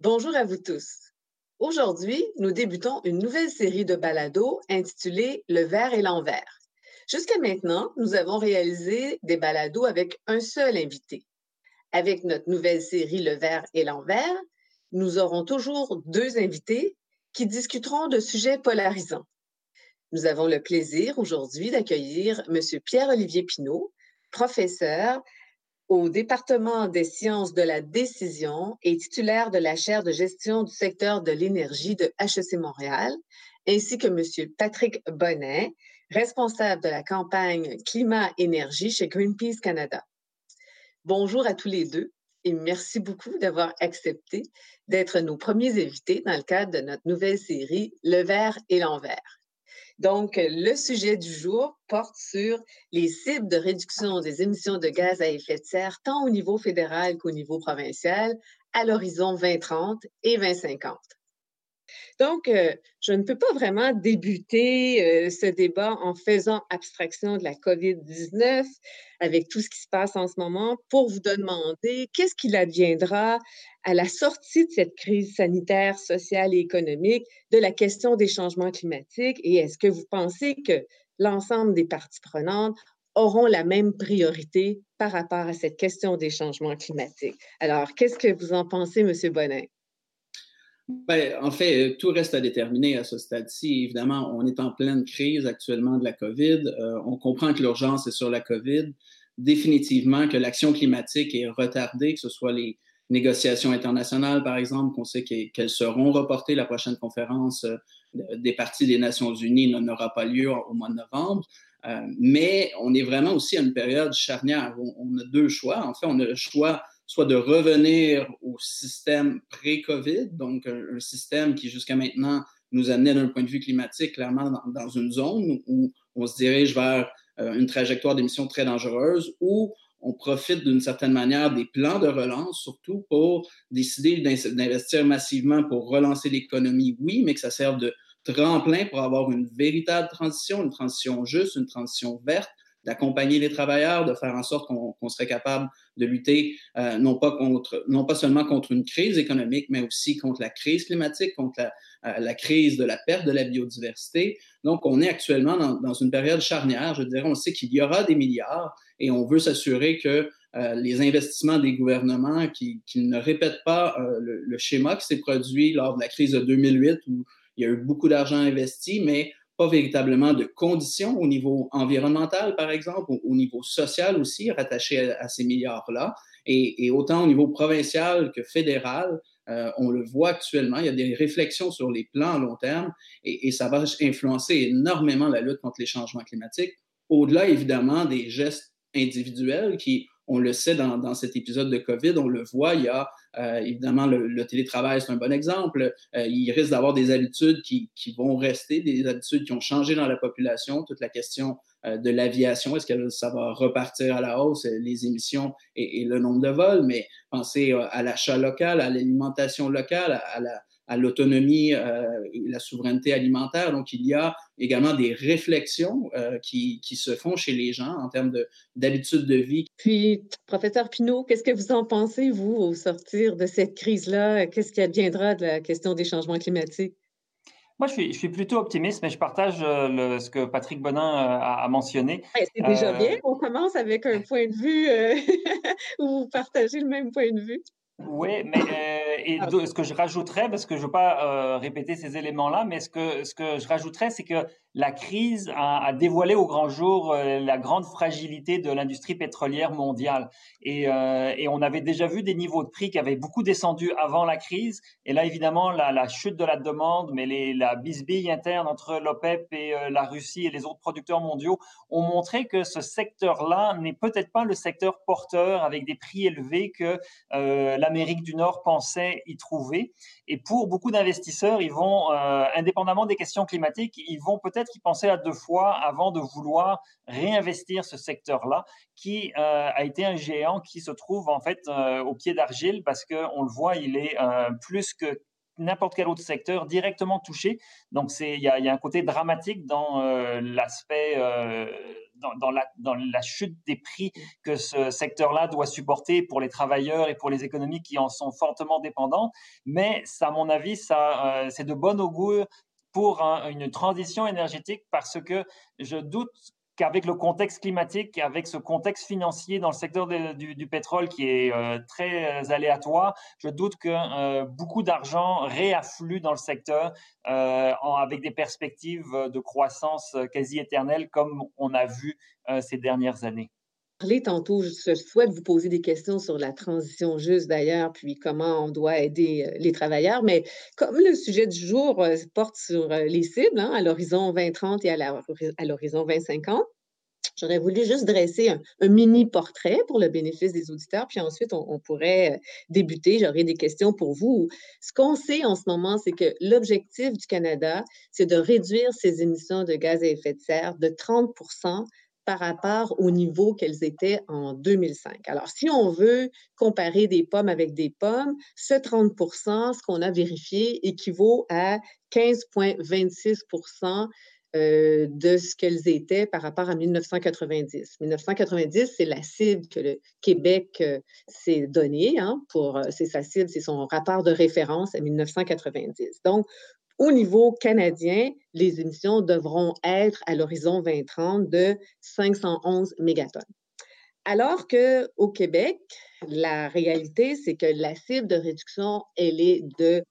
Bonjour à vous tous. Aujourd'hui, nous débutons une nouvelle série de balados intitulée Le verre et l'envers. Jusqu'à maintenant, nous avons réalisé des balados avec un seul invité. Avec notre nouvelle série Le verre et l'envers, nous aurons toujours deux invités qui discuteront de sujets polarisants. Nous avons le plaisir aujourd'hui d'accueillir M. Pierre-Olivier Pinault, professeur au département des sciences de la décision et titulaire de la chaire de gestion du secteur de l'énergie de HEC Montréal, ainsi que M. Patrick Bonnet, responsable de la campagne Climat-Énergie chez Greenpeace Canada. Bonjour à tous les deux et merci beaucoup d'avoir accepté d'être nos premiers invités dans le cadre de notre nouvelle série Le verre et l'envers. Donc, le sujet du jour porte sur les cibles de réduction des émissions de gaz à effet de serre, tant au niveau fédéral qu'au niveau provincial, à l'horizon 2030 et 2050. Donc, je ne peux pas vraiment débuter ce débat en faisant abstraction de la COVID-19 avec tout ce qui se passe en ce moment pour vous demander qu'est-ce qu'il adviendra à la sortie de cette crise sanitaire, sociale et économique de la question des changements climatiques et est-ce que vous pensez que l'ensemble des parties prenantes auront la même priorité par rapport à cette question des changements climatiques? Alors, qu'est-ce que vous en pensez, M. Bonnet? En fait, tout reste à déterminer à ce stade-ci. Évidemment, on est en pleine crise actuellement de la COVID. On comprend que l'urgence est sur la COVID. Définitivement que l'action climatique est retardée, que ce soit les négociations internationales, par exemple, qu'on sait qu'elles seront reportées. La prochaine conférence des parties des Nations Unies n'aura pas lieu au mois de novembre. Mais on est vraiment aussi à une période charnière. On a deux choix. En fait, on a le choix soit de revenir au système pré-COVID, donc un système qui jusqu'à maintenant nous amenait d'un point de vue climatique clairement dans une zone où on se dirige vers une trajectoire d'émissions très dangereuse, où on profite d'une certaine manière des plans de relance, surtout pour décider d'investir massivement pour relancer l'économie, oui, mais que ça serve de tremplin pour avoir une véritable transition, une transition juste, une transition verte, d'accompagner les travailleurs, de faire en sorte qu'on serait capable de lutter non pas seulement contre une crise économique, mais aussi contre la crise climatique, contre la crise de la perte de la biodiversité. Donc, on est actuellement dans une période charnière. Je dirais, on sait qu'il y aura des milliards et on veut s'assurer que les investissements des gouvernements qu'ils ne répètent pas le schéma qui s'est produit lors de la crise de 2008 où il y a eu beaucoup d'argent investi, mais pas véritablement de conditions au niveau environnemental, par exemple, au niveau social aussi, rattaché à ces milliards-là. Et autant au niveau provincial que fédéral, on le voit actuellement, il y a des réflexions sur les plans à long terme et ça va influencer énormément la lutte contre les changements climatiques, au-delà évidemment des gestes individuels qui, on le sait dans cet épisode de COVID, on le voit, il y a évidemment le télétravail, c'est un bon exemple. Il risque d'avoir des habitudes qui vont rester, des habitudes qui ont changé dans la population, toute la question de l'aviation, est-ce que ça va repartir à la hausse, les émissions et le nombre de vols, mais pensez à l'achat local, à l'alimentation locale, à l'autonomie et la souveraineté alimentaire. Donc, il y a également des réflexions qui se font chez les gens en termes d'habitudes de vie. Puis, professeur Pinault, qu'est-ce que vous en pensez, vous, au sortir de cette crise-là? Qu'est-ce qui adviendra de la question des changements climatiques? Moi, je suis plutôt optimiste, mais je partage ce que Patrick Bonin a mentionné. Ouais, c'est déjà bien. On commence avec un point de vue où vous partagez le même point de vue. Oui, mais ce que je rajouterais, parce que je veux pas répéter ces éléments-là, mais ce que je rajouterais, c'est que la crise a dévoilé au grand jour la grande fragilité de l'industrie pétrolière mondiale. Et on avait déjà vu des niveaux de prix qui avaient beaucoup descendu avant la crise. Et là, évidemment, la chute de la demande, mais la bisbille interne entre l'OPEP et la Russie et les autres producteurs mondiaux ont montré que ce secteur-là n'est peut-être pas le secteur porteur avec des prix élevés que l'Amérique du Nord pensait y trouver. Et pour beaucoup d'investisseurs, ils vont, indépendamment des questions climatiques, ils vont peut-être y penser à deux fois avant de vouloir réinvestir ce secteur-là, qui a été un géant qui se trouve en fait au pied d'argile parce qu'on le voit, il est plus que n'importe quel autre secteur directement touché. Donc il y a un côté dramatique dans dans la chute des prix que ce secteur-là doit supporter pour les travailleurs et pour les économies qui en sont fortement dépendantes. Mais à mon avis, c'est de bon augure pour une transition énergétique, parce que je doute qu'avec le contexte climatique, avec ce contexte financier dans le secteur du pétrole qui est très aléatoire, je doute que beaucoup d'argent réafflue dans le secteur avec des perspectives de croissance quasi éternelle comme on a vu ces dernières années. Tantôt, je souhaite vous poser des questions sur la transition juste d'ailleurs, puis comment on doit aider les travailleurs. Mais comme le sujet du jour porte sur les cibles à l'horizon 2030 et à l'horizon 2050, j'aurais voulu juste dresser un mini portrait pour le bénéfice des auditeurs, puis ensuite on pourrait débuter. J'aurais des questions pour vous. Ce qu'on sait en ce moment, c'est que l'objectif du Canada, c'est de réduire ses émissions de gaz à effet de serre de 30 par rapport au niveau qu'elles étaient en 2005. Alors, si on veut comparer des pommes avec des pommes, ce 30 ce qu'on a vérifié, équivaut à 15,26 de ce qu'elles étaient par rapport à 1990. 1990, c'est la cible que le Québec s'est donnée c'est sa cible, c'est son rapport de référence à 1990. Donc, au niveau canadien, les émissions devront être à l'horizon 2030 de 511 mégatonnes. Alors qu'au Québec, la réalité, c'est que la cible de réduction, elle est de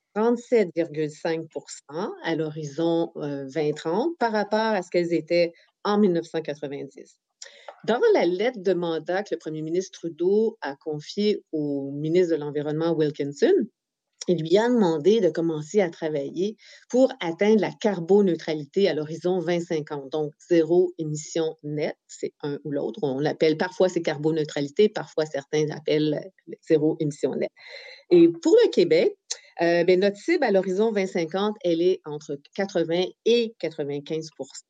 37,5 à l'horizon 2030 par rapport à ce qu'elles étaient en 1990. Dans la lettre de mandat que le premier ministre Trudeau a confiée au ministre de l'Environnement Wilkinson, il lui a demandé de commencer à travailler pour atteindre la carboneutralité à l'horizon 2050, donc zéro émission nette, c'est un ou l'autre. On l'appelle, parfois c'est carboneutralité, parfois certains l'appellent zéro émission nette. Et pour le Québec, notre cible à l'horizon 2050, elle est entre 80 et 95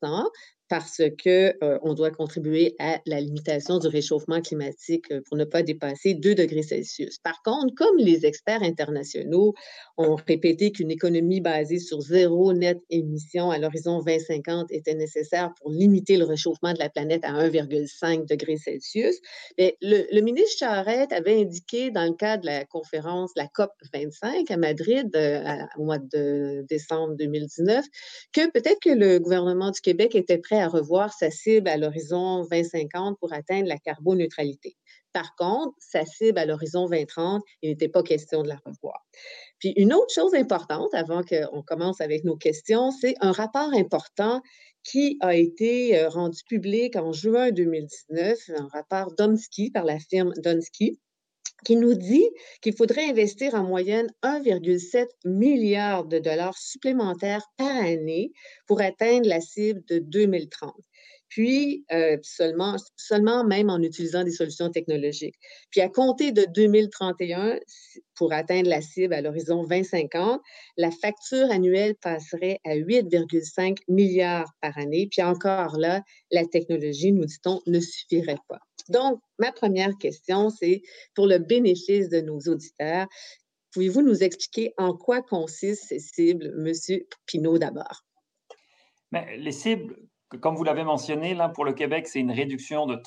parce qu'on doit contribuer à la limitation du réchauffement climatique pour ne pas dépasser 2 degrés Celsius. Par contre, comme les experts internationaux ont répété qu'une économie basée sur zéro net émission à l'horizon 2050 était nécessaire pour limiter le réchauffement de la planète à 1,5 degré Celsius, le ministre Charette avait indiqué dans le cadre de la conférence, la COP 25 à Madrid au mois de décembre 2019, que peut-être que le gouvernement du Québec était prêt à revoir sa cible à l'horizon 2050 pour atteindre la carboneutralité. Par contre, sa cible à l'horizon 2030, il n'était pas question de la revoir. Puis une autre chose importante, avant qu'on commence avec nos questions, c'est un rapport important qui a été rendu public en juin 2019, un rapport Domsky par la firme Domsky, qui nous dit qu'il faudrait investir en moyenne 1,7 milliard de dollars supplémentaires par année pour atteindre la cible de 2030. Puis, seulement même en utilisant des solutions technologiques. Puis, à compter de 2031, pour atteindre la cible à l'horizon 2050, la facture annuelle passerait à 8,5 milliards par année. Puis encore là, la technologie, nous dit-on, ne suffirait pas. Donc, ma première question, c'est pour le bénéfice de nos auditeurs, pouvez-vous nous expliquer en quoi consistent ces cibles, M. Pinault d'abord? Mais les cibles, comme vous l'avez mentionné, là, pour le Québec, c'est une réduction de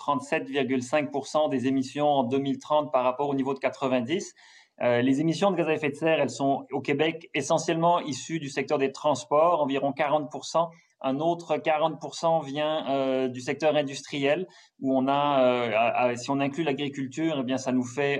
37,5 des émissions en 2030 par rapport au niveau de 90. Les émissions de gaz à effet de serre, elles sont au Québec essentiellement issues du secteur des transports, environ 40%. Un autre 40% vient du secteur industriel, où on a, si on inclut l'agriculture, eh bien ça nous fait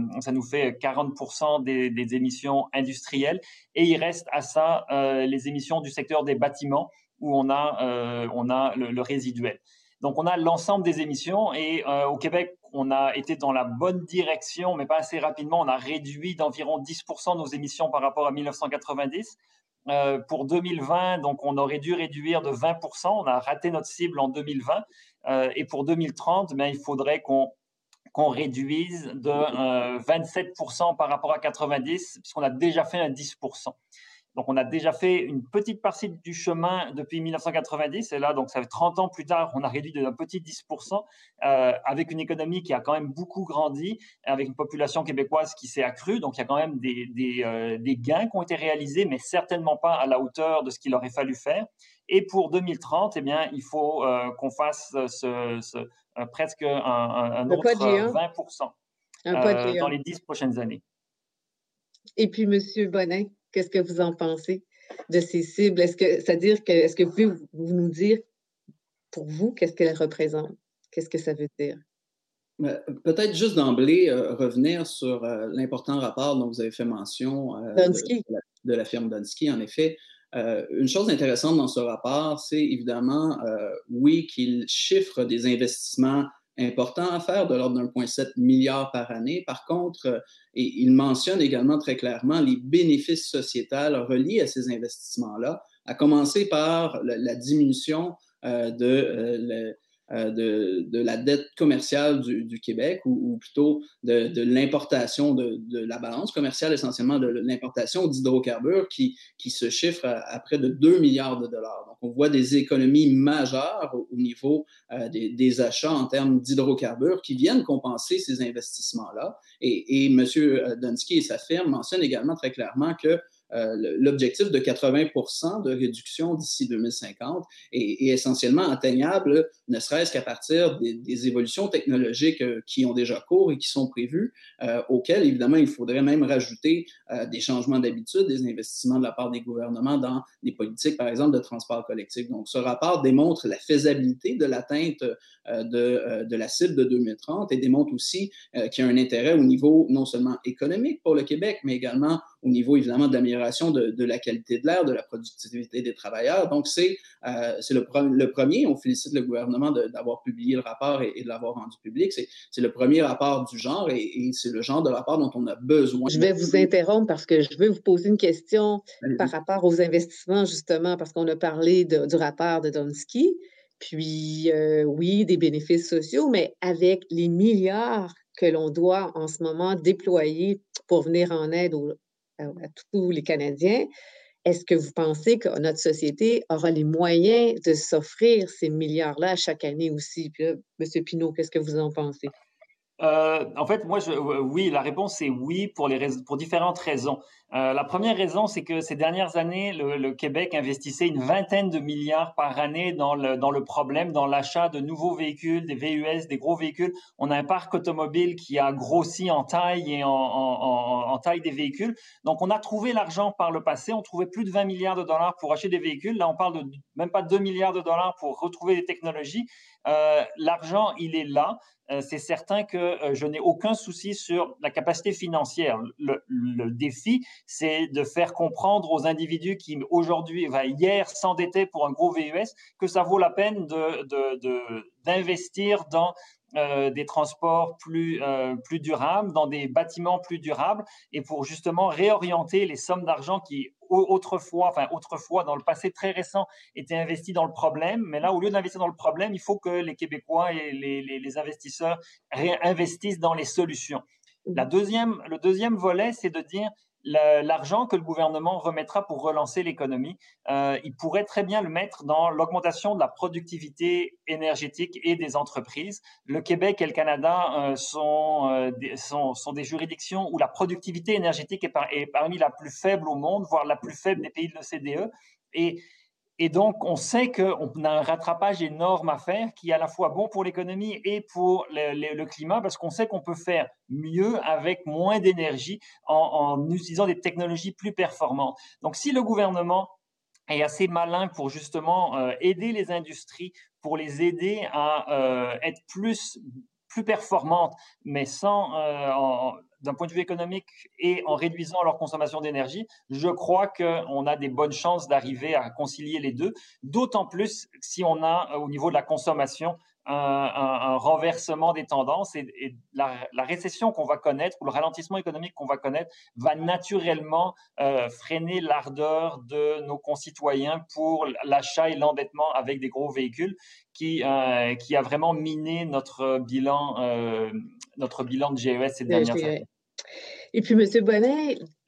40% des émissions industrielles. Et il reste à ça les émissions du secteur des bâtiments, où on a le résiduel. Donc, on a l'ensemble des émissions et au Québec, on a été dans la bonne direction, mais pas assez rapidement. On a réduit d'environ 10% nos émissions par rapport à 1990. Pour 2020, donc, on aurait dû réduire de 20%. On a raté notre cible en 2020. Et pour 2030, mais il faudrait qu'on réduise de 27% par rapport à 90, puisqu'on a déjà fait un 10%. Donc, on a déjà fait une petite partie du chemin depuis 1990. Et là, donc, ça fait 30 ans plus tard, on a réduit d'un petit 10%, avec une économie qui a quand même beaucoup grandi, avec une population québécoise qui s'est accrue. Donc, il y a quand même des gains qui ont été réalisés, mais certainement pas à la hauteur de ce qu'il aurait fallu faire. Et pour 2030, eh bien, il faut qu'on fasse presque un Un pas de autre géant. 20% Un pas de géant. dans les 10 prochaines années. Et puis, Monsieur Bonin, qu'est-ce que vous en pensez de ces cibles? Est-ce que vous pouvez vous nous dire, pour vous, qu'est-ce qu'elles représentent? Qu'est-ce que ça veut dire? Peut-être juste d'emblée revenir sur l'important rapport dont vous avez fait mention de la firme Dunsky. En effet, une chose intéressante dans ce rapport, c'est évidemment, oui, qu'il chiffre des investissements importants à faire de l'ordre d'1,7 milliard par année. Par contre, et il mentionne également très clairement les bénéfices sociétals reliés à ces investissements-là, à commencer par la diminution de la dette commerciale du Québec, ou plutôt de l'importation de la balance commerciale, essentiellement de l'importation d'hydrocarbures qui se chiffre à près de 2 milliards de dollars. Donc, on voit des économies majeures au niveau des achats en termes d'hydrocarbures qui viennent compenser ces investissements-là. Et M. Dunsky et sa firme mentionnent également très clairement que l'objectif de 80% de réduction d'ici 2050 est essentiellement atteignable, ne serait-ce qu'à partir des évolutions technologiques qui ont déjà cours et qui sont prévues, auxquelles, évidemment, il faudrait même rajouter des changements d'habitude, des investissements de la part des gouvernements dans des politiques, par exemple, de transport collectif. Donc, ce rapport démontre la faisabilité de l'atteinte de la cible de 2030 et démontre aussi qu'il y a un intérêt au niveau non seulement économique pour le Québec, mais également au niveau, évidemment, de l'amélioration de la qualité de l'air, de la productivité des travailleurs. Donc, c'est le premier. On félicite le gouvernement d'avoir publié le rapport et de l'avoir rendu public. C'est le premier rapport du genre et c'est le genre de rapport dont on a besoin. Je vais vous interrompre parce que je veux vous poser une question par rapport aux investissements, justement, parce qu'on a parlé du rapport de Dunsky, puis oui, des bénéfices sociaux, mais avec les milliards que l'on doit en ce moment déployer pour venir en aide à tous les Canadiens, est-ce que vous pensez que notre société aura les moyens de s'offrir ces milliards-là à chaque année aussi? Puis là, M. Pinault, qu'est-ce que vous en pensez? En fait, moi, oui, la réponse est oui pour différentes raisons. La première raison, c'est que ces dernières années, le Québec investissait une vingtaine de milliards par année dans le problème, dans l'achat de nouveaux véhicules, des VUS, des gros véhicules. On a un parc automobile qui a grossi en taille et en taille des véhicules. Donc, on a trouvé l'argent par le passé. On trouvait plus de 20 milliards de dollars pour acheter des véhicules. Là, on parle de même pas 2 milliards de dollars pour retrouver des technologies. L'argent, il est là. C'est certain que je n'ai aucun souci sur la capacité financière. Le défi, c'est de faire comprendre aux individus qui aujourd'hui, hier, s'endettaient pour un gros VUS, que ça vaut la peine d'investir dans des transports plus durables, dans des bâtiments plus durables, et pour justement réorienter les sommes d'argent qui autrefois, dans le passé très récent, étaient investis dans le problème. Mais là, au lieu d'investir dans le problème, il faut que les Québécois et les investisseurs réinvestissent dans les solutions. Le deuxième volet, c'est de dire l'argent que le gouvernement remettra pour relancer l'économie, il pourrait très bien le mettre dans l'augmentation de la productivité énergétique et des entreprises. Le Québec et le Canada sont des juridictions où la productivité énergétique est parmi la plus faible au monde, voire la plus faible des pays de l'OCDE. Et donc, on sait qu'on a un rattrapage énorme à faire qui est à la fois bon pour l'économie et pour le climat, parce qu'on sait qu'on peut faire mieux avec moins d'énergie en utilisant des technologies plus performantes. Donc, si le gouvernement est assez malin pour justement aider les industries, pour les aider à être plus performantes, mais d'un point de vue économique et en réduisant leur consommation d'énergie, je crois qu'on a des bonnes chances d'arriver à concilier les deux, d'autant plus si on a au niveau de la consommation un renversement des tendances et la récession qu'on va connaître ou le ralentissement économique qu'on va connaître va naturellement freiner l'ardeur de nos concitoyens pour l'achat et l'endettement avec des gros véhicules qui a vraiment miné notre bilan de GES ces dernières années. Et puis, M. Bonnet,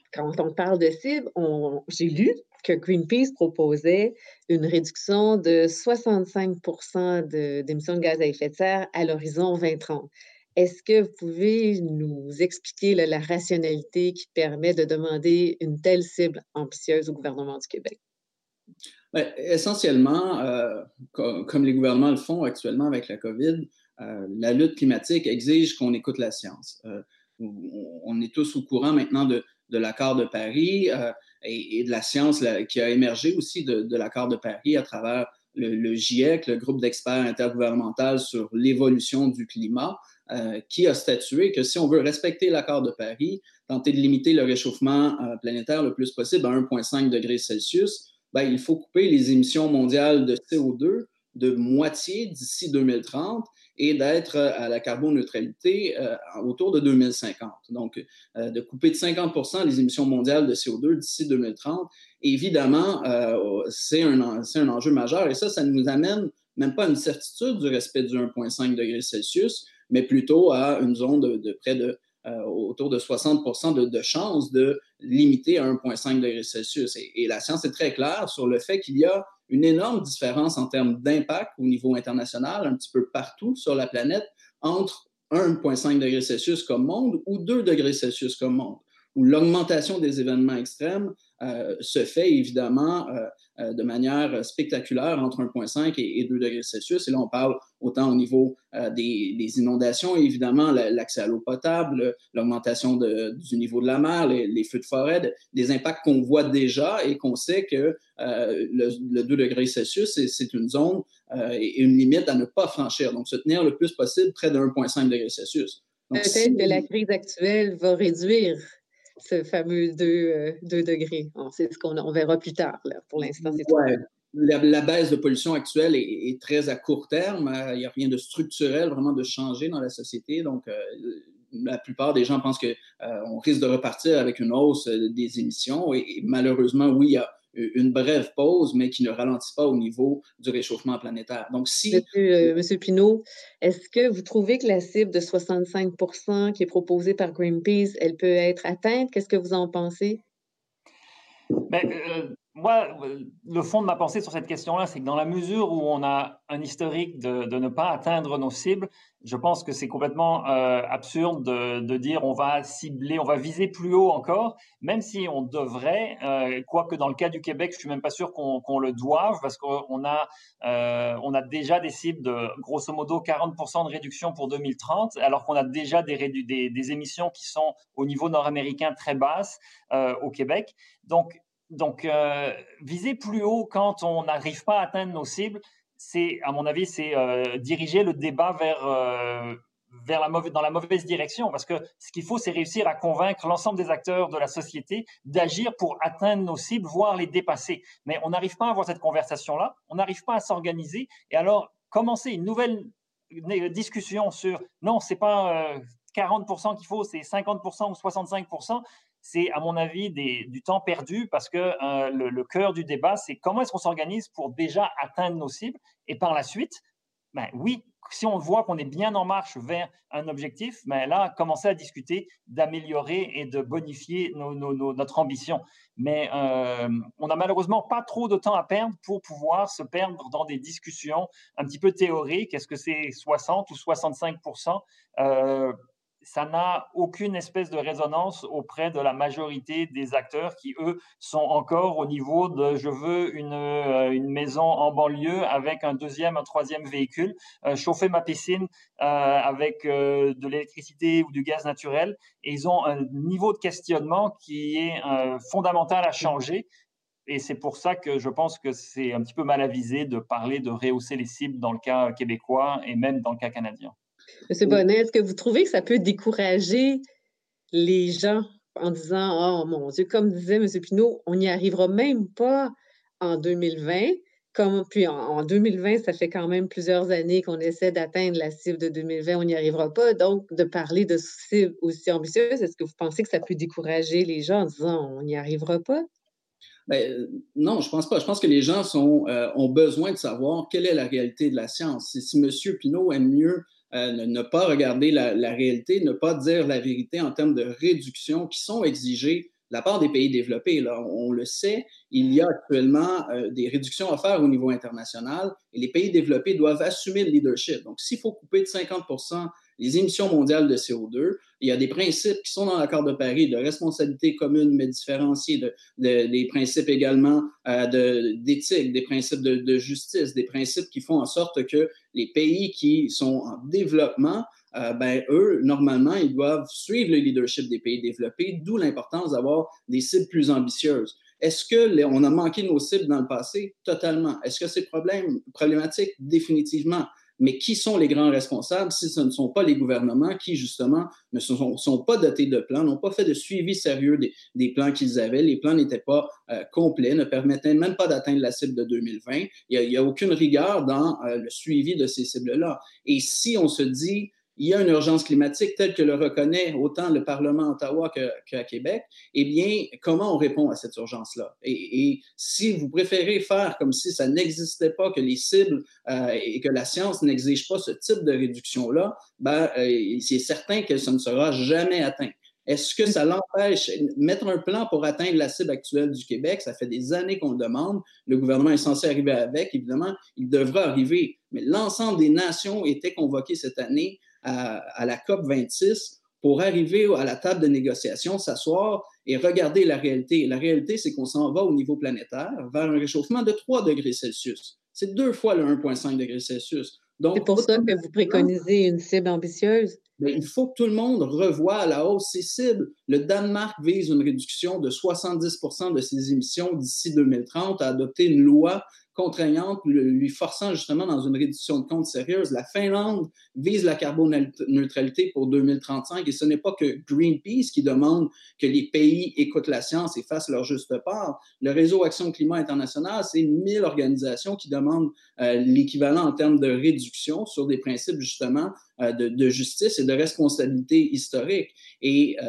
quand on parle de cible, j'ai lu que Greenpeace proposait une réduction de 65 d'émissions de gaz à effet de serre à l'horizon 2030. Est-ce que vous pouvez nous expliquer là, la rationalité qui permet de demander une telle cible ambitieuse au gouvernement du Québec? Bien, essentiellement, comme les gouvernements le font actuellement avec la COVID, la lutte climatique exige qu'on écoute la science. On est tous au courant maintenant de l'accord de Paris et de la science qui a émergé aussi de l'accord de Paris à travers le GIEC, le groupe d'experts intergouvernemental sur l'évolution du climat, qui a statué que si on veut respecter l'accord de Paris, tenter de limiter le réchauffement planétaire le plus possible à 1,5 degré Celsius, ben, il faut couper les émissions mondiales de CO2 de moitié d'ici 2030 et d'être à la carboneutralité autour de 2050. Donc, de couper de 50 les émissions mondiales de CO2 d'ici 2030, évidemment, c'est un enjeu majeur. Et ça nous amène même pas à une certitude du respect du 1,5 degré Celsius, mais plutôt à une zone de près de autour de 60 de chances de limiter à 1,5 degré Celsius. Et la science est très claire sur le fait qu'il y a une énorme différence en termes d'impact au niveau international, un petit peu partout sur la planète, entre 1,5 degré Celsius comme monde ou 2 degrés Celsius comme monde, où l'augmentation des événements extrêmes se fait évidemment de manière spectaculaire entre 1,5 et 2 degrés Celsius. Et là, on parle autant au niveau des inondations, évidemment, l'accès à l'eau potable, l'augmentation du niveau de la mer, les feux de forêt, des impacts qu'on voit déjà et qu'on sait que le 2 degrés Celsius, c'est une zone et une limite à ne pas franchir. Donc, se tenir le plus possible près de 1,5 degrés Celsius. Peut-être que la crise actuelle va réduire ce fameux 2 degrés. C'est ce qu'on verra plus tard. Là. Pour l'instant, c'est ouais. La baisse de pollution actuelle est très à court terme. Il n'y a rien de structurel, vraiment de changer dans la société. Donc, la plupart des gens pensent qu'on risque de repartir avec une hausse des émissions. Et malheureusement, oui, il y a une brève pause, mais qui ne ralentit pas au niveau du réchauffement planétaire. Donc, si... Monsieur Pinault, est-ce que vous trouvez que la cible de 65 qui est proposée par Greenpeace, elle peut être atteinte? Qu'est-ce que vous en pensez? Moi, le fond de ma pensée sur cette question-là, c'est que dans la mesure où on a un historique de ne pas atteindre nos cibles, je pense que c'est complètement absurde de dire on va cibler, on va viser plus haut encore, même si on devrait, quoique dans le cas du Québec, je suis même pas sûr qu'on le doive, parce qu'on a déjà des cibles de grosso modo 40% de réduction pour 2030, alors qu'on a déjà des émissions qui sont au niveau nord-américain très basses au Québec. Donc, viser plus haut quand on n'arrive pas à atteindre nos cibles, à mon avis, c'est diriger le débat dans la mauvaise direction. Parce que ce qu'il faut, c'est réussir à convaincre l'ensemble des acteurs de la société d'agir pour atteindre nos cibles, voire les dépasser. Mais on n'arrive pas à avoir cette conversation-là, on n'arrive pas à s'organiser. Et alors, commencer une nouvelle discussion sur non, c'est pas 40% qu'il faut, c'est 50% ou 65%. C'est, à mon avis, du temps perdu parce que le cœur du débat, c'est comment est-ce qu'on s'organise pour déjà atteindre nos cibles et par la suite, ben oui, si on voit qu'on est bien en marche vers un objectif, ben là, commencer à discuter d'améliorer et de bonifier notre ambition. Mais on n'a malheureusement pas trop de temps à perdre pour pouvoir se perdre dans des discussions un petit peu théoriques. Est-ce que c'est 60 ou 65% ça n'a aucune espèce de résonance auprès de la majorité des acteurs qui, eux, sont encore au niveau de « je veux une maison en banlieue avec un deuxième, un troisième véhicule, chauffer ma piscine avec de l'électricité ou du gaz naturel ». Et ils ont un niveau de questionnement qui est fondamental à changer. Et c'est pour ça que je pense que c'est un petit peu mal avisé de parler de rehausser les cibles dans le cas québécois et même dans le cas canadien. Monsieur Bonnet, est-ce que vous trouvez que ça peut décourager les gens en disant « Oh mon Dieu, comme disait M. Pinault, on n'y arrivera même pas en 2020. » Puis en 2020, ça fait quand même plusieurs années qu'on essaie d'atteindre la cible de 2020, on n'y arrivera pas. Donc, de parler de cibles aussi ambitieuses, est-ce que vous pensez que ça peut décourager les gens en disant « On n'y arrivera pas » ? Ben, non, je pense pas. Je pense que les gens ont besoin de savoir quelle est la réalité de la science. Si M. Pinault aime mieux ne pas regarder la réalité, ne pas dire la vérité en termes de réduction qui sont exigées la part des pays développés. Là, on le sait, il y a actuellement des réductions à faire au niveau international et les pays développés doivent assumer le leadership. Donc, s'il faut couper de 50% les émissions mondiales de CO2, il y a des principes qui sont dans l'accord de Paris de responsabilité commune mais différenciée, des principes également d'éthique, des principes de justice, des principes qui font en sorte que les pays qui sont en développement, eux, normalement, ils doivent suivre le leadership des pays développés, d'où l'importance d'avoir des cibles plus ambitieuses. Est-ce qu'on a manqué nos cibles dans le passé? Totalement. Est-ce que c'est problématique? Définitivement. Mais qui sont les grands responsables si ce ne sont pas les gouvernements qui, justement, ne sont pas dotés de plans, n'ont pas fait de suivi sérieux des plans qu'ils avaient. Les plans n'étaient pas complets, ne permettaient même pas d'atteindre la cible de 2020. Il n'y a aucune rigueur dans le suivi de ces cibles-là. Et si on se dit il y a une urgence climatique telle que le reconnaît autant le Parlement à Ottawa qu'à Québec, eh bien, comment on répond à cette urgence-là? Et si vous préférez faire comme si ça n'existait pas, que les cibles et que la science n'exige pas ce type de réduction-là, c'est certain que ça ne sera jamais atteint. Est-ce que ça l'empêche? Mettre un plan pour atteindre la cible actuelle du Québec, ça fait des années qu'on le demande. Le gouvernement est censé arriver avec. Évidemment, il devra arriver. Mais l'ensemble des nations étaient convoquées cette année à la COP 26 pour arriver à la table de négociation, s'asseoir et regarder la réalité. Et la réalité, c'est qu'on s'en va au niveau planétaire vers un réchauffement de 3 degrés Celsius. C'est 2 fois le 1,5 degrés Celsius. C'est pour ça que vous préconisez une cible ambitieuse? Bien, il faut que tout le monde revoie à la hausse ses cibles. Le Danemark vise une réduction de 70% de ses émissions d'ici 2030, a adopté une loi contraignante, lui forçant justement dans une réduction de compte sérieuse. La Finlande vise la carboneutralité pour 2035 et ce n'est pas que Greenpeace qui demande que les pays écoutent la science et fassent leur juste part. Le réseau Action Climat International, c'est 1000 organisations qui demandent l'équivalent en termes de réduction sur des principes justement de justice et de responsabilité historique. Et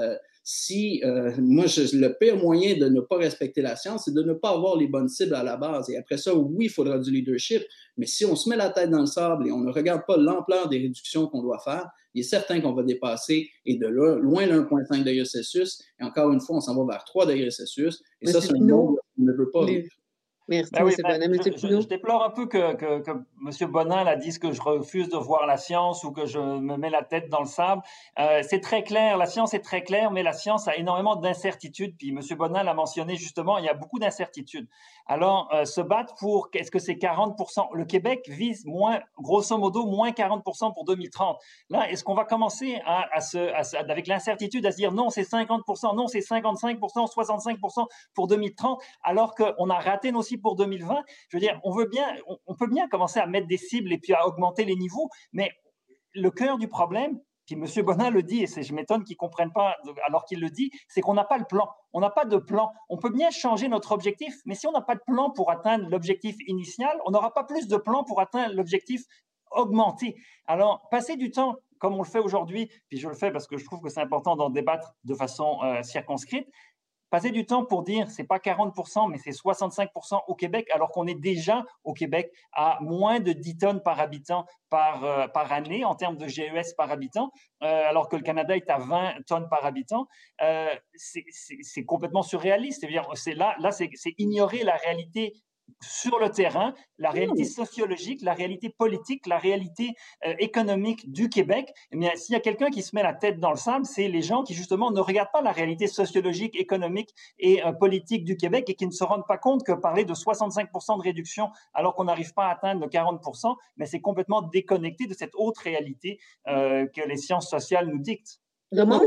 moi, le pire moyen de ne pas respecter la science, c'est de ne pas avoir les bonnes cibles à la base. Et après ça, oui, il faudra du leadership, mais si on se met la tête dans le sable et on ne regarde pas l'ampleur des réductions qu'on doit faire, il est certain qu'on va dépasser, et de là, loin de 1,5 degrés Celsius, et encore une fois, on s'en va vers 3 degrés Celsius, et ça, c'est un monde qu'on ne veut pas vivre. Merci, M. Bonin. Je déplore un peu que M. Bonin dise que je refuse de voir la science ou que je me mets la tête dans le sable. C'est très clair, la science est très claire, mais la science a énormément d'incertitudes. Puis M. Bonin l'a mentionné justement, il y a beaucoup d'incertitudes. Alors, se battre pour, est-ce que c'est 40%? Le Québec vise grosso modo, moins 40% pour 2030. Là, est-ce qu'on va commencer avec l'incertitude à se dire non, c'est 50%, non, c'est 55%, 65% pour 2030, alors qu'on a raté nos cibles pour 2020. Je veux dire, on peut bien commencer à mettre des cibles et puis à augmenter les niveaux, mais le cœur du problème, puis M. Bonin le dit, et je m'étonne qu'ils ne comprennent pas alors qu'il le dit, c'est qu'on n'a pas le plan. On n'a pas de plan. On peut bien changer notre objectif, mais si on n'a pas de plan pour atteindre l'objectif initial, on n'aura pas plus de plan pour atteindre l'objectif augmenté. Alors, passer du temps comme on le fait aujourd'hui, puis je le fais parce que je trouve que c'est important d'en débattre de façon circonscrite, passer du temps pour dire c'est pas 40%, mais c'est 65% au Québec, alors qu'on est déjà au Québec à moins de 10 tonnes par habitant par année en termes de GES par habitant, alors que le Canada est à 20 tonnes par habitant. C'est complètement surréaliste. C'est ignorer la réalité sur le terrain, la réalité sociologique, la réalité politique, la réalité économique du Québec. Mais s'il y a quelqu'un qui se met la tête dans le sable, c'est les gens qui justement ne regardent pas la réalité sociologique, économique et politique du Québec et qui ne se rendent pas compte que parler de 65% de réduction alors qu'on n'arrive pas à atteindre le 40%, mais c'est complètement déconnecté de cette autre réalité que les sciences sociales nous dictent. Comment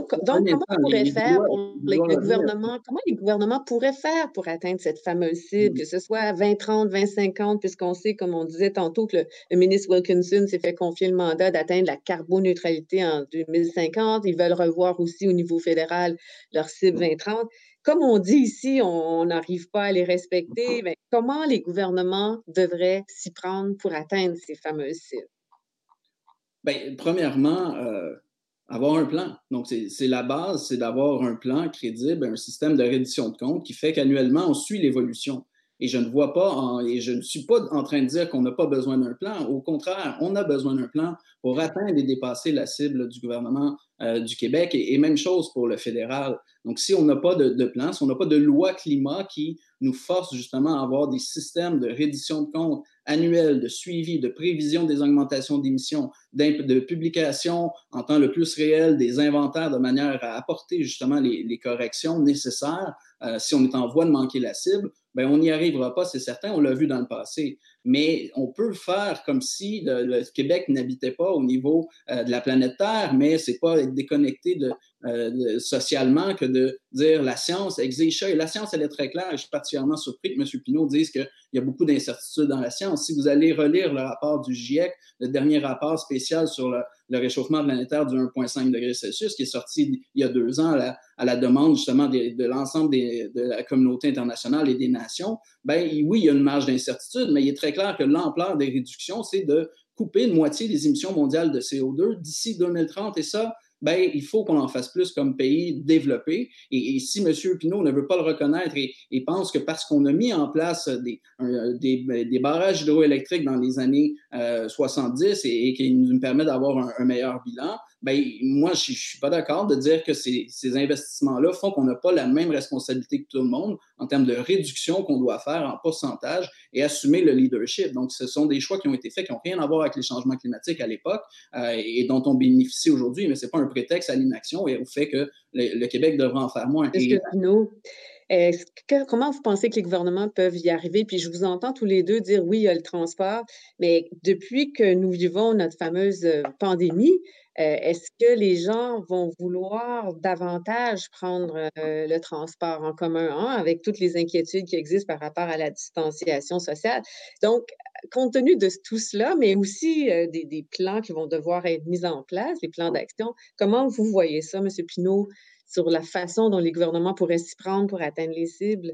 les gouvernements pourraient faire pour atteindre cette fameuse cible, que ce soit 2030, 2050, puisqu'on sait, comme on disait tantôt, que le ministre Wilkinson s'est fait confier le mandat d'atteindre la carboneutralité en 2050. Ils veulent revoir aussi au niveau fédéral leur cible 2030. Comme on dit ici, on n'arrive pas à les respecter. Mais comment les gouvernements devraient s'y prendre pour atteindre ces fameuses cibles? Bien, premièrement, avoir un plan. Donc, c'est la base, c'est d'avoir un plan crédible, un système de reddition de comptes qui fait qu'annuellement, on suit l'évolution. Et je ne suis pas en train de dire qu'on n'a pas besoin d'un plan. Au contraire, on a besoin d'un plan pour atteindre et dépasser la cible du gouvernement du Québec et même chose pour le fédéral. Donc, si on n'a pas de plan, si on n'a pas de loi climat qui nous force justement à avoir des systèmes de reddition de comptes annuels, de suivi, de prévision des augmentations d'émissions, de publication en temps le plus réel des inventaires de manière à apporter justement les corrections nécessaires, si on est en voie de manquer la cible, ben on n'y arrivera pas, c'est certain, on l'a vu dans le passé. Mais on peut faire comme si le Québec n'habitait pas au niveau de la planète Terre, mais c'est pas être déconnecté socialement que de dire la science exige ça. Et la science, elle est très claire. Je suis particulièrement surpris que M. Pinault dise qu'il y a beaucoup d'incertitudes dans la science. Si vous allez relire le rapport du GIEC, le dernier rapport spécial sur le réchauffement planétaire du 1,5 degré Celsius, qui est sorti il y a 2 ans à la demande justement de l'ensemble de la communauté internationale et des nations, ben oui, il y a une marge d'incertitude, mais il est très clair que l'ampleur des réductions, c'est de couper de moitié les émissions mondiales de CO2 d'ici 2030. Et ça, ben, il faut qu'on en fasse plus comme pays développé. Et si M. Pinault ne veut pas le reconnaître et pense que parce qu'on a mis en place des barrages hydroélectriques dans les années 70 et qui nous permet d'avoir un meilleur bilan, ben, moi, je ne suis pas d'accord de dire que ces investissements-là font qu'on n'a pas la même responsabilité que tout le monde en termes de réduction qu'on doit faire en pourcentage et assumer le leadership. Donc, ce sont des choix qui ont été faits qui n'ont rien à voir avec les changements climatiques à l'époque et dont on bénéficie aujourd'hui, mais ce n'est pas un prétexte à l'inaction et au fait que le Québec devrait en faire moins. Monsieur Pinault, comment vous pensez que les gouvernements peuvent y arriver? Puis je vous entends tous les deux dire oui, il y a le transport, mais depuis que nous vivons notre fameuse pandémie, est-ce que les gens vont vouloir davantage prendre le transport en commun, hein, avec toutes les inquiétudes qui existent par rapport à la distanciation sociale? Donc, compte tenu de tout cela, mais aussi des plans qui vont devoir être mis en place, les plans d'action, comment vous voyez ça, M. Pinault, sur la façon dont les gouvernements pourraient s'y prendre pour atteindre les cibles?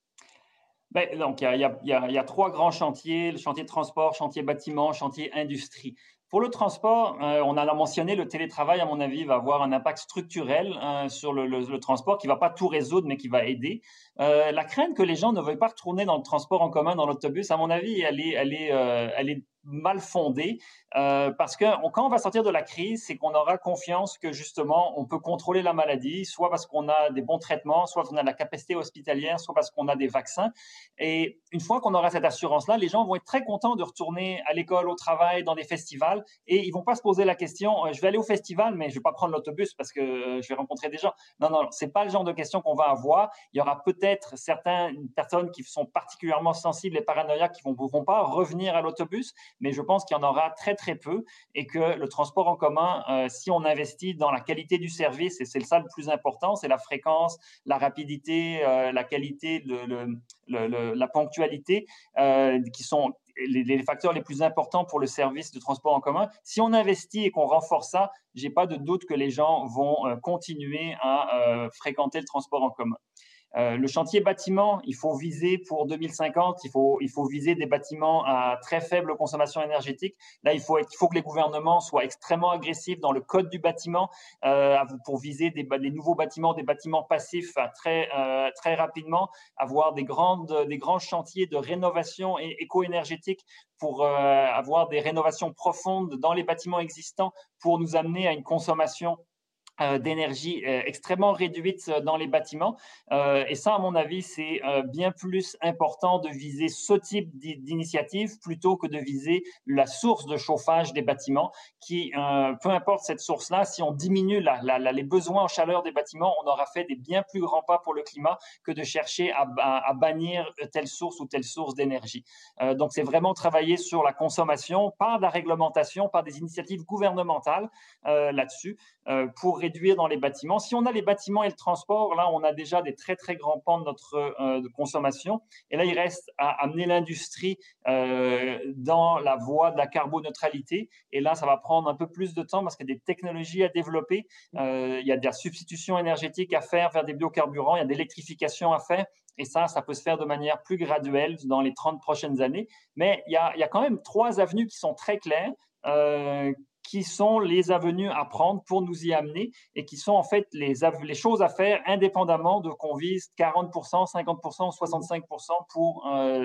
Ben, donc, il y a 3 grands chantiers, le chantier de transport, chantier bâtiment, chantier industrie. Pour le transport, on a mentionné, le télétravail, à mon avis, va avoir un impact structurel sur le transport qui ne va pas tout résoudre, mais qui va aider. La crainte que les gens ne veuillent pas retourner dans le transport en commun, dans l'autobus, à mon avis, elle est mal fondée parce que quand on va sortir de la crise, c'est qu'on aura confiance que justement on peut contrôler la maladie, soit parce qu'on a des bons traitements, soit parce qu'on a de la capacité hospitalière, soit parce qu'on a des vaccins. Et une fois qu'on aura cette assurance-là, les gens vont être très contents de retourner à l'école, au travail, dans des festivals, et ils vont pas se poser la question je vais aller au festival, mais je vais pas prendre l'autobus parce que je vais rencontrer des gens. Non, non, c'est pas le genre de question qu'on va avoir. Il y aura peut-être certaines personnes qui sont particulièrement sensibles et paranoïaques qui ne vont pas revenir à l'autobus, mais je pense qu'il y en aura très très peu et que le transport en commun, si on investit dans la qualité du service, et c'est ça le plus important, c'est la fréquence, la rapidité, la qualité, la ponctualité, qui sont les facteurs les plus importants pour le service de transport en commun. Si on investit et qu'on renforce ça, je n'ai pas de doute que les gens vont continuer à fréquenter le transport en commun. Le chantier bâtiment, il faut viser pour 2050, il faut viser des bâtiments à très faible consommation énergétique. Là, il faut que les gouvernements soient extrêmement agressifs dans le code du bâtiment pour viser des nouveaux bâtiments, des bâtiments passifs très rapidement, avoir des grands chantiers de rénovation éco-énergétique pour avoir des rénovations profondes dans les bâtiments existants pour nous amener à une consommation d'énergie extrêmement réduite dans les bâtiments. Et ça, à mon avis, c'est bien plus important de viser ce type d'initiative plutôt que de viser la source de chauffage des bâtiments qui, peu importe cette source-là, si on diminue les besoins en chaleur des bâtiments, on aura fait des bien plus grands pas pour le climat que de chercher à bannir telle source ou telle source d'énergie. Donc, c'est vraiment travailler sur la consommation par la réglementation, par des initiatives gouvernementales là-dessus pour réduire dans les bâtiments. Si on a les bâtiments et le transport, là, on a déjà des très, très grands pans de notre de consommation. Et là, il reste à amener l'industrie dans la voie de la carboneutralité. Et là, ça va prendre un peu plus de temps parce qu'il y a des technologies à développer. Il y a de la substitution énergétique à faire vers des biocarburants. Il y a de l'électrification à faire. Et ça peut se faire de manière plus graduelle dans les 30 prochaines années. Mais il y a quand même 3 avenues qui sont très claires. qui sont les avenues à prendre pour nous y amener et qui sont en fait les choses à faire indépendamment de qu'on vise 40%, 50% ou 65% pour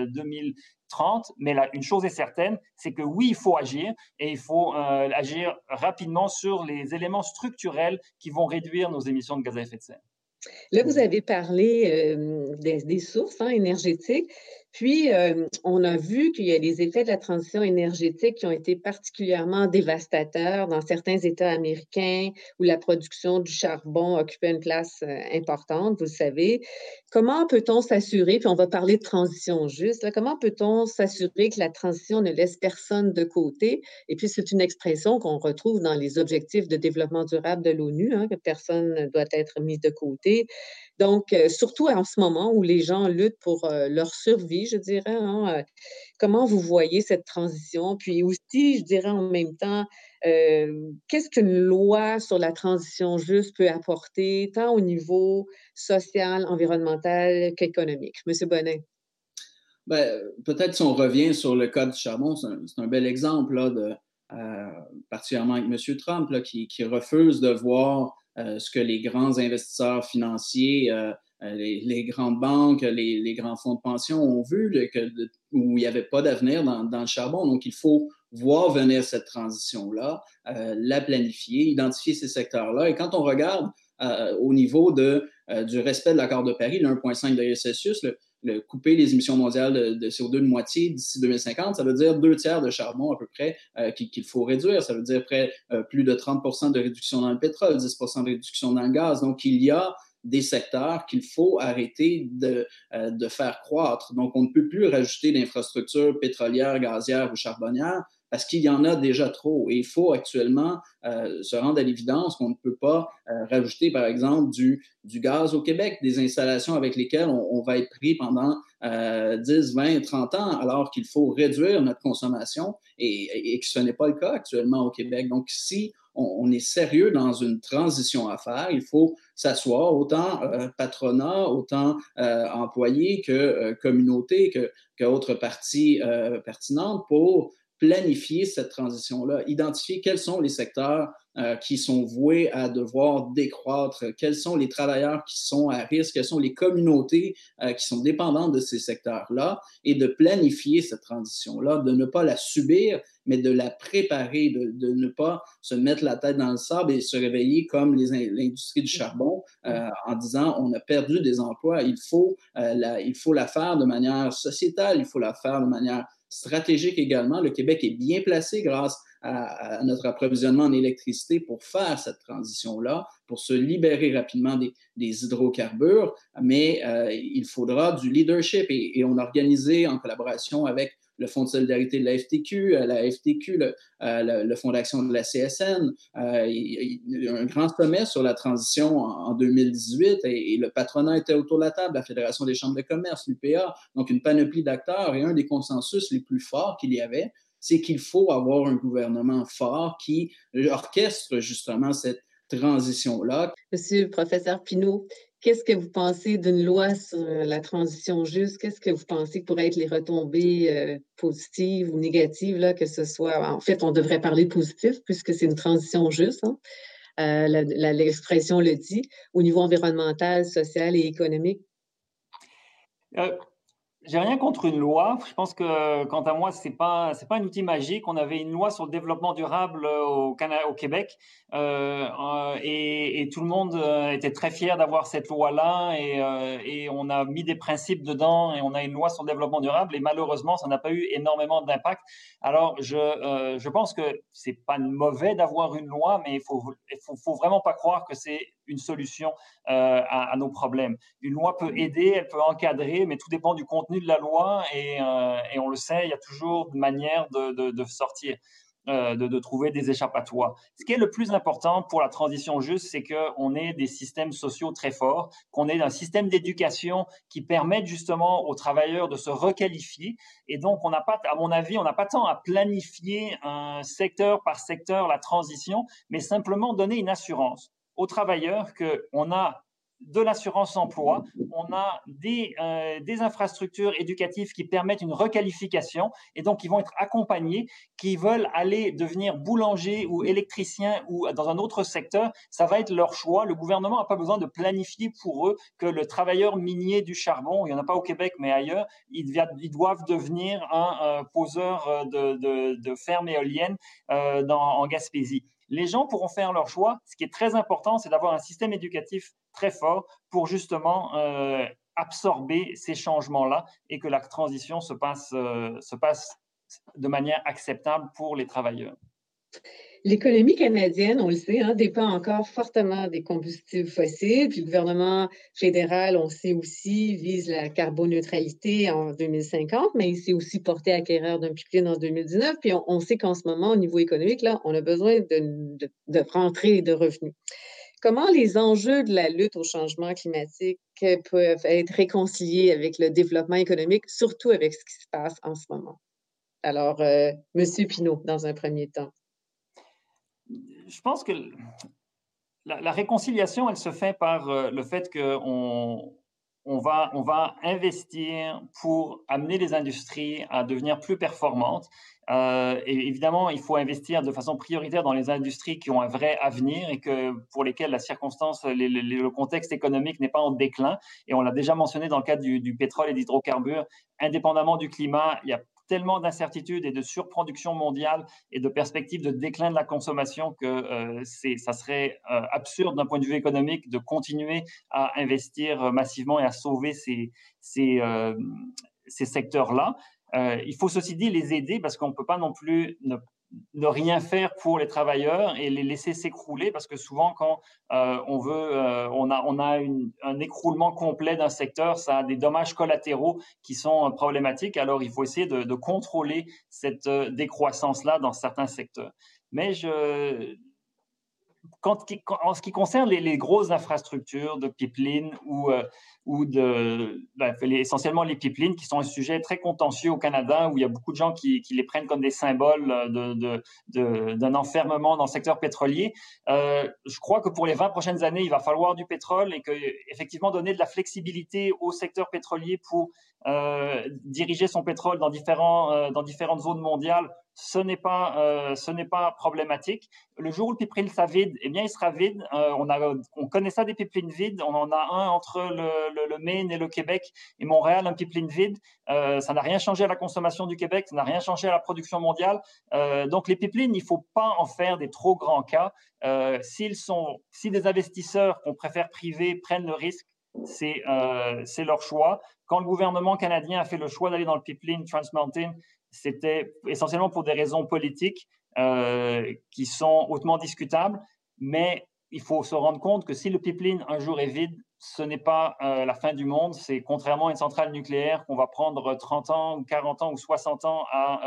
2030. Mais là, une chose est certaine, c'est que oui, il faut agir et il faut agir rapidement sur les éléments structurels qui vont réduire nos émissions de gaz à effet de serre. Là, vous avez parlé des sources énergétiques, puis on a vu qu'il y a des effets de la transition énergétique qui ont été particulièrement dévastateurs dans certains États américains où la production du charbon occupait une place importante, vous le savez. Comment peut-on s'assurer, puis on va parler de transition juste, là, comment peut-on s'assurer que la transition ne laisse personne de côté? Et puis, c'est une expression qu'on retrouve dans les objectifs de développement durable de l'ONU, que personne ne doit être mis de côté. Donc, surtout en ce moment où les gens luttent pour leur survie, je dirais, comment vous voyez cette transition? Puis aussi, je dirais en même temps, qu'est-ce qu'une loi sur la transition juste peut apporter, tant au niveau social, environnemental qu'économique? Monsieur Bonnet. Ben, peut-être si on revient sur le cas du charbon, c'est un bel exemple là, particulièrement avec M. Trump, là, qui refuse de voir ce que les grands investisseurs financiers, les grandes banques, les grands fonds de pension ont vu, où il n'y avait pas d'avenir dans le charbon. Donc, il faut voir venir cette transition-là, la planifier, identifier ces secteurs-là. Et quand on regarde au niveau du respect de l'accord de Paris, le 1,5 degrés Celsius, couper les émissions mondiales de CO2 de moitié d'ici 2050, ça veut dire 2/3 de charbon à peu près qu'il faut réduire. Ça veut dire plus de 30% de réduction dans le pétrole, 10% de réduction dans le gaz. Donc, il y a des secteurs qu'il faut arrêter de faire croître. Donc, on ne peut plus rajouter d'infrastructures pétrolières, gazières ou charbonnières parce qu'il y en a déjà trop. Et il faut actuellement se rendre à l'évidence qu'on ne peut pas rajouter, par exemple, du gaz au Québec, des installations avec lesquelles on va être pris pendant 10, 20, 30 ans, alors qu'il faut réduire notre consommation et que ce n'est pas le cas actuellement au Québec. Donc, si on est sérieux dans une transition à faire, il faut s'asseoir, autant patronat, autant employés que communauté, qu'autres parties pertinentes pour planifier cette transition-là, identifier quels sont les secteurs qui sont voués à devoir décroître, quels sont les travailleurs qui sont à risque, quelles sont les communautés qui sont dépendantes de ces secteurs-là, et de planifier cette transition-là, de ne pas la subir, mais de la préparer, de ne pas se mettre la tête dans le sable et se réveiller comme l'industrie du charbon en disant on a perdu des emplois. Il faut la faire de manière sociétale, il faut la faire de manière stratégique également. Le Québec est bien placé grâce à notre approvisionnement en électricité pour faire cette transition-là, pour se libérer rapidement des hydrocarbures, mais il faudra du leadership et on a organisé en collaboration avec le Fonds de solidarité de la FTQ, le Fonds d'action de la CSN, un grand sommet sur la transition en 2018 et le patronat était autour de la table, la Fédération des chambres de commerce, l'UPA, donc une panoplie d'acteurs et un des consensus les plus forts qu'il y avait, c'est qu'il faut avoir un gouvernement fort qui orchestre justement cette transition-là. Monsieur le professeur Pinault, qu'est-ce que vous pensez d'une loi sur la transition juste? Qu'est-ce que vous pensez que pourraient être les retombées positives ou négatives, là, que ce soit... En fait, on devrait parler positif puisque c'est une transition juste. L'expression le dit, au niveau environnemental, social et économique. J'ai rien contre une loi. Je pense que, quant à moi, c'est pas un outil magique. On avait une loi sur le développement durable au Québec, et tout le monde était très fier d'avoir cette loi-là, et on a mis des principes dedans, et on a une loi sur le développement durable, et malheureusement, ça n'a pas eu énormément d'impact. Alors, je pense que c'est pas mauvais d'avoir une loi, mais il faut vraiment pas croire que c'est une solution à nos problèmes. Une loi peut aider, elle peut encadrer, mais tout dépend du contenu de la loi et on le sait, il y a toujours une manière de sortir, de trouver des échappatoires. Ce qui est le plus important pour la transition juste, c'est qu'on ait des systèmes sociaux très forts, qu'on ait un système d'éducation qui permette justement aux travailleurs de se requalifier. Et donc, à mon avis, on n'a pas tant à planifier un secteur par secteur la transition, mais simplement donner une assurance aux travailleurs qu'on a de l'assurance emploi, on a des infrastructures éducatives qui permettent une requalification et donc ils vont être accompagnés, qui veulent aller devenir boulanger ou électricien ou dans un autre secteur, ça va être leur choix. Le gouvernement n'a pas besoin de planifier pour eux que le travailleur minier du charbon, il n'y en a pas au Québec mais ailleurs, ils doivent devenir un poseur de fermes éoliennes en Gaspésie. Les gens pourront faire leur choix. Ce qui est très important, c'est d'avoir un système éducatif très fort pour justement absorber ces changements-là et que la transition se passe de manière acceptable pour les travailleurs. L'économie canadienne, on le sait, dépend encore fortement des combustibles fossiles. Puis le gouvernement fédéral, on sait aussi, vise la carboneutralité en 2050, mais il s'est aussi porté acquéreur d'un pipeline en 2019. Puis on sait qu'en ce moment, au niveau économique, là, on a besoin de rentrées et de revenus. Comment les enjeux de la lutte au changement climatique peuvent être réconciliés avec le développement économique, surtout avec ce qui se passe en ce moment? Alors, Monsieur Pinault, dans un premier temps. Je pense que la réconciliation, elle se fait par le fait qu'on va investir pour amener les industries à devenir plus performantes. Et évidemment, il faut investir de façon prioritaire dans les industries qui ont un vrai avenir et pour lesquelles la circonstance, le contexte économique n'est pas en déclin. Et on l'a déjà mentionné dans le cadre du pétrole et d'hydrocarbures. Indépendamment du climat, il y a tellement d'incertitudes et de surproduction mondiale et de perspectives de déclin de la consommation que ça serait absurde d'un point de vue économique de continuer à investir massivement et à sauver ces secteurs-là. Il faut ceci dit les aider parce qu'on ne peut pas non plus ne rien faire pour les travailleurs et les laisser s'écrouler parce que souvent quand on a un écroulement complet d'un secteur, ça a des dommages collatéraux qui sont problématiques. Alors il faut essayer de contrôler cette décroissance-là dans certains secteurs. Mais en ce qui concerne les grosses infrastructures de pipeline essentiellement les pipelines, qui sont un sujet très contentieux au Canada, où il y a beaucoup de gens qui les prennent comme des symboles d'un enfermement dans le secteur pétrolier. Je crois que pour les 20 prochaines années, il va falloir du pétrole et qu'effectivement donner de la flexibilité au secteur pétrolier pour diriger son pétrole dans différentes zones mondiales, ce n'est pas problématique. Le jour où le pipeline sera vide, eh bien, il sera vide. On connaît ça des pipelines vides. On en a un entre le Maine et le Québec et Montréal, un pipeline vide. Ça n'a rien changé à la consommation du Québec, ça n'a rien changé à la production mondiale. Donc, les pipelines, il ne faut pas en faire des trop grands cas. Si des investisseurs qu'on préfère privés prennent le risque, c'est leur choix. Quand le gouvernement canadien a fait le choix d'aller dans le pipeline Trans Mountain, c'était essentiellement pour des raisons politiques qui sont hautement discutables, mais il faut se rendre compte que si le pipeline un jour est vide, ce n'est pas la fin du monde. C'est contrairement à une centrale nucléaire qu'on va prendre 30 ans ou 40 ans ou 60 ans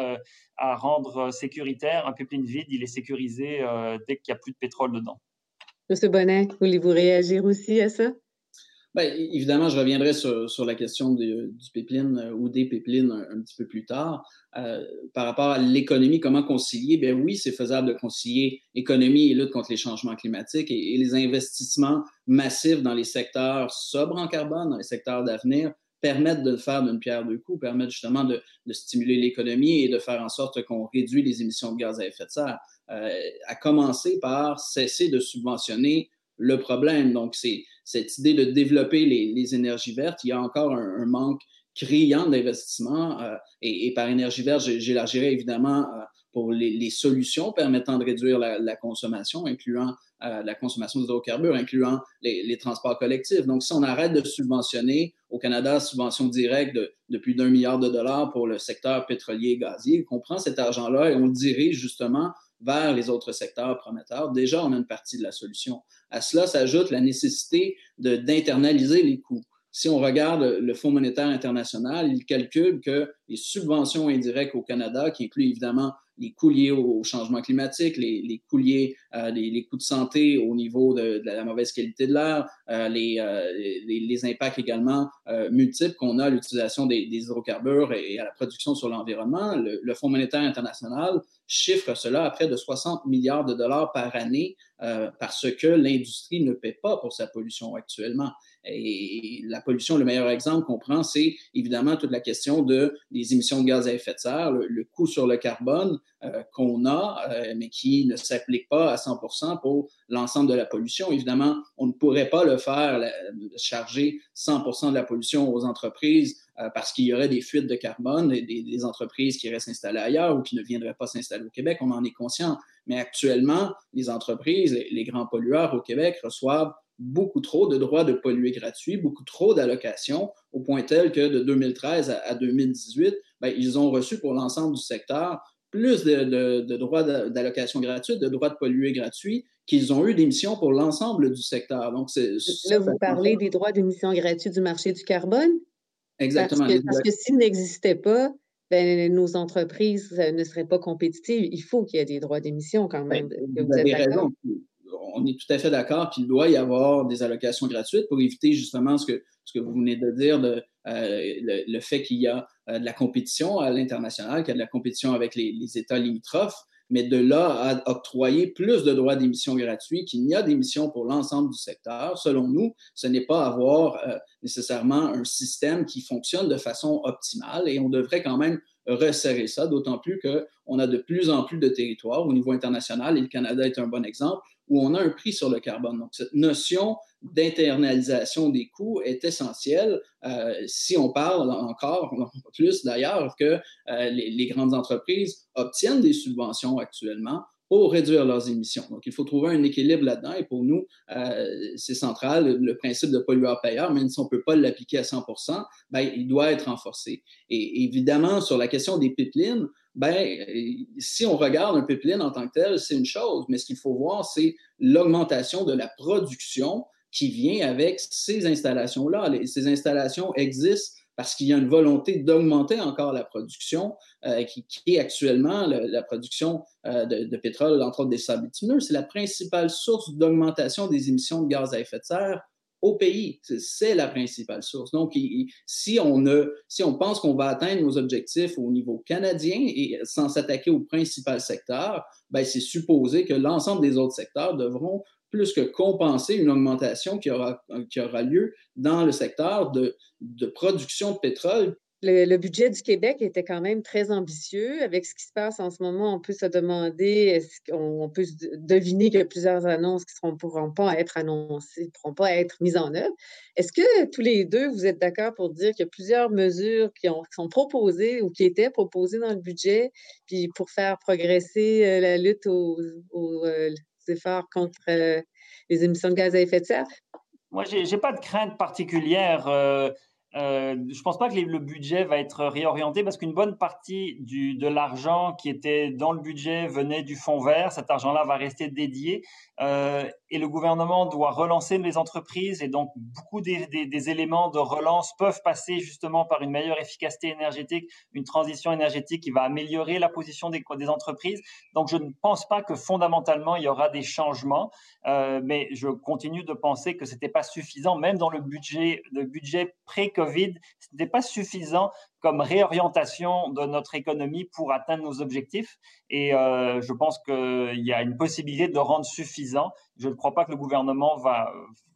à rendre sécuritaire. Un pipeline vide, il est sécurisé dès qu'il n'y a plus de pétrole dedans. M. Bonnet, voulez-vous réagir aussi à ça? Bien, évidemment, je reviendrai sur la question du pipeline ou des pipelines un petit peu plus tard. Par rapport à l'économie, comment concilier? Bien oui, c'est faisable de concilier économie et lutte contre les changements climatiques et les investissements massifs dans les secteurs sobres en carbone, dans les secteurs d'avenir, permettent de le faire d'une pierre deux coups, permettent justement de stimuler l'économie et de faire en sorte qu'on réduit les émissions de gaz à effet de serre. À commencer par cesser de subventionner le problème. Donc, c'est cette idée de développer les énergies vertes. Il y a encore un manque criant d'investissement et par énergie verte, j'élargirais évidemment pour les solutions permettant de réduire la consommation, incluant la consommation d'hydrocarbures, incluant les transports collectifs. Donc, si on arrête de subventionner, au Canada, subvention directe de plus d'1 milliard de dollars pour le secteur pétrolier et gazier, qu'on prend cet argent-là et on le dirige justement vers les autres secteurs prometteurs, déjà, on a une partie de la solution. À cela s'ajoute la nécessité d'internaliser les coûts. Si on regarde le Fonds monétaire international, il calcule que les subventions indirectes au Canada, qui incluent évidemment les coûts liés au changement climatique, les coûts liés, les coûts de santé au niveau de la mauvaise qualité de l'air, les impacts également multiples qu'on a à l'utilisation des hydrocarbures et à la production sur l'environnement. Le Fonds monétaire international chiffre cela à près de 60 milliards de dollars par année parce que l'industrie ne paie pas pour sa pollution actuellement. Et la pollution, le meilleur exemple qu'on prend, c'est évidemment toute la question des émissions de gaz à effet de serre, le coût sur le carbone qu'on a, mais qui ne s'applique pas à 100% pour l'ensemble de la pollution. Évidemment, on ne pourrait pas le faire, charger 100% de la pollution aux entreprises parce qu'il y aurait des fuites de carbone et des entreprises qui restent installées ailleurs ou qui ne viendraient pas s'installer au Québec. On en est conscient. Mais actuellement, les entreprises, les grands pollueurs au Québec reçoivent beaucoup trop de droits de polluer gratuits, beaucoup trop d'allocations, au point tel que de 2013 à 2018, ils ont reçu pour l'ensemble du secteur plus de droits d'allocation gratuite, de droits de polluer gratuits qu'ils ont eu d'émissions pour l'ensemble du secteur. Donc, là, vous parlez des droits d'émission gratuits du marché du carbone? Exactement. Parce que s'ils n'existaient pas, nos entreprises ne seraient pas compétitives. Il faut qu'il y ait des droits d'émission quand même. Vous avez raison. On est tout à fait d'accord qu'il doit y avoir des allocations gratuites pour éviter justement ce que vous venez de dire, le fait qu'il y a de la compétition à l'international, qu'il y a de la compétition avec les États limitrophes, mais de là à octroyer plus de droits d'émission gratuits, qu'il y a d'émissions pour l'ensemble du secteur, selon nous, ce n'est pas avoir nécessairement un système qui fonctionne de façon optimale et on devrait quand même resserrer ça, d'autant plus qu'on a de plus en plus de territoires au niveau international, et le Canada est un bon exemple, où on a un prix sur le carbone. Donc, cette notion d'internalisation des coûts est essentielle si on parle encore plus d'ailleurs que les grandes entreprises obtiennent des subventions actuellement pour réduire leurs émissions. Donc, il faut trouver un équilibre là-dedans et pour nous, c'est central. Le principe de pollueur-payeur, même si on ne peut pas l'appliquer à 100%, il doit être renforcé. Et évidemment, sur la question des pipelines, si on regarde un pipeline en tant que tel, c'est une chose, mais ce qu'il faut voir, c'est l'augmentation de la production qui vient avec ces installations-là. Ces installations existent parce qu'il y a une volonté d'augmenter encore la production qui est actuellement la production de pétrole, entre autres des sables bitumineux. C'est la principale source d'augmentation des émissions de gaz à effet de serre au pays. C'est la principale source. Donc, si on pense qu'on va atteindre nos objectifs au niveau canadien et sans s'attaquer au principal secteur, c'est supposé que l'ensemble des autres secteurs devront plus que compenser une augmentation qui aura lieu dans le secteur de production de pétrole. Le budget du Québec était quand même très ambitieux. Avec ce qui se passe en ce moment, on peut se demander, on peut deviner qu'il y a plusieurs annonces qui ne pourront pas être annoncées, ne pourront pas être mises en œuvre. Est-ce que tous les deux, vous êtes d'accord pour dire qu'il y a plusieurs mesures qui sont proposées ou qui étaient proposées dans le budget puis pour faire progresser la lutte aux efforts contre les émissions de gaz à effet de serre? Moi, je n'ai pas de crainte particulière. Je ne pense pas que le budget va être réorienté parce qu'une bonne partie de l'argent qui était dans le budget venait du fonds vert. Cet argent-là va rester dédié et le gouvernement doit relancer les entreprises et donc beaucoup des éléments de relance peuvent passer justement par une meilleure efficacité énergétique, une transition énergétique qui va améliorer la position des entreprises. Donc, je ne pense pas que fondamentalement, il y aura des changements, mais je continue de penser que ce n'était pas suffisant, même dans le budget pré-Covid, ce n'était pas suffisant comme réorientation de notre économie pour atteindre nos objectifs. Et je pense qu'il y a une possibilité de rendre suffisant. Je ne crois pas que le gouvernement va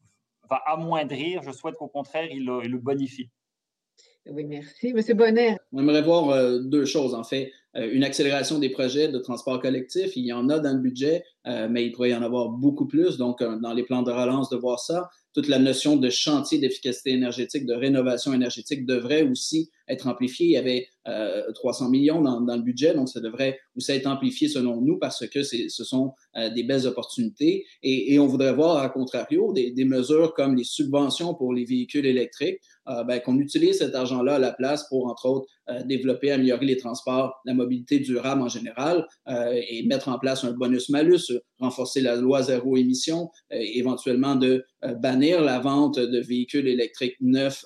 amoindrir. Je souhaite qu'au contraire, il le bonifie. Oui, merci. Monsieur Bonnet. On aimerait voir deux choses, en fait. Une accélération des projets de transport collectif. Il y en a dans le budget, mais il pourrait y en avoir beaucoup plus. Donc, dans les plans de relance, de voir ça. Toute la notion de chantier d'efficacité énergétique, de rénovation énergétique devrait aussi être amplifiée. Il y avait 300 millions dans le budget, donc ça devrait aussi être amplifié selon nous parce que ce sont des belles opportunités. Et on voudrait voir, à contrario, des mesures comme les subventions pour les véhicules électriques, qu'on utilise cet argent-là à la place pour, entre autres, développer, améliorer les transports, la mobilité durable en général et mettre en place un bonus-malus, renforcer la loi zéro émission, éventuellement de bannir la vente de véhicules électriques neufs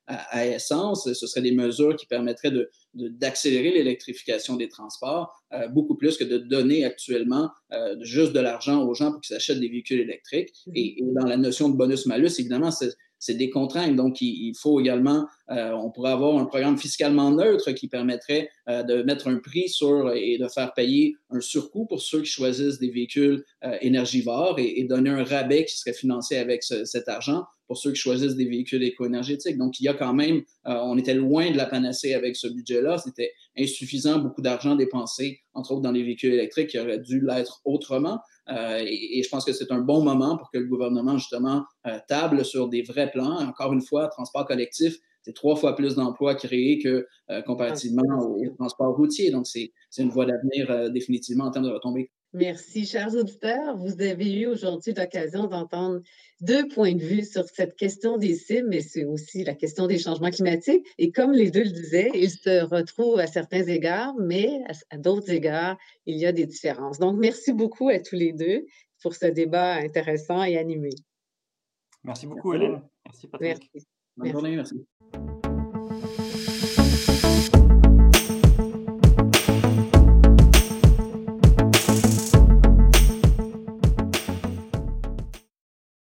à essence. Ce seraient des mesures qui permettraient d'accélérer l'électrification des transports, beaucoup plus que de donner actuellement juste de l'argent aux gens pour qu'ils s'achètent des véhicules électriques. Et dans la notion de bonus-malus, évidemment, c'est des contraintes. Donc, il faut également, on pourrait avoir un programme fiscalement neutre qui permettrait de mettre un prix sur et de faire payer un surcoût pour ceux qui choisissent des véhicules énergivores et donner un rabais qui serait financé avec cet argent pour ceux qui choisissent des véhicules éco-énergétiques. Donc, il y a quand même, on était loin de la panacée avec ce budget-là. C'était insuffisant, beaucoup d'argent dépensé, entre autres dans les véhicules électriques, qui aurait dû l'être autrement. Et je pense que c'est un bon moment pour que le gouvernement, justement, table sur des vrais plans. Encore une fois, transport collectif, c'est 3 fois plus d'emplois créés que comparativement au transport routier. Donc, c'est une voie d'avenir définitivement en termes de retombées. Merci, chers auditeurs. Vous avez eu aujourd'hui l'occasion d'entendre 2 points de vue sur cette question des cibles, mais c'est aussi la question des changements climatiques. Et comme les deux le disaient, ils se retrouvent à certains égards, mais à d'autres égards, il y a des différences. Donc, merci beaucoup à tous les deux pour ce débat intéressant et animé. Merci beaucoup, Hélène. Merci, Patrick. Merci. Bonne journée, merci.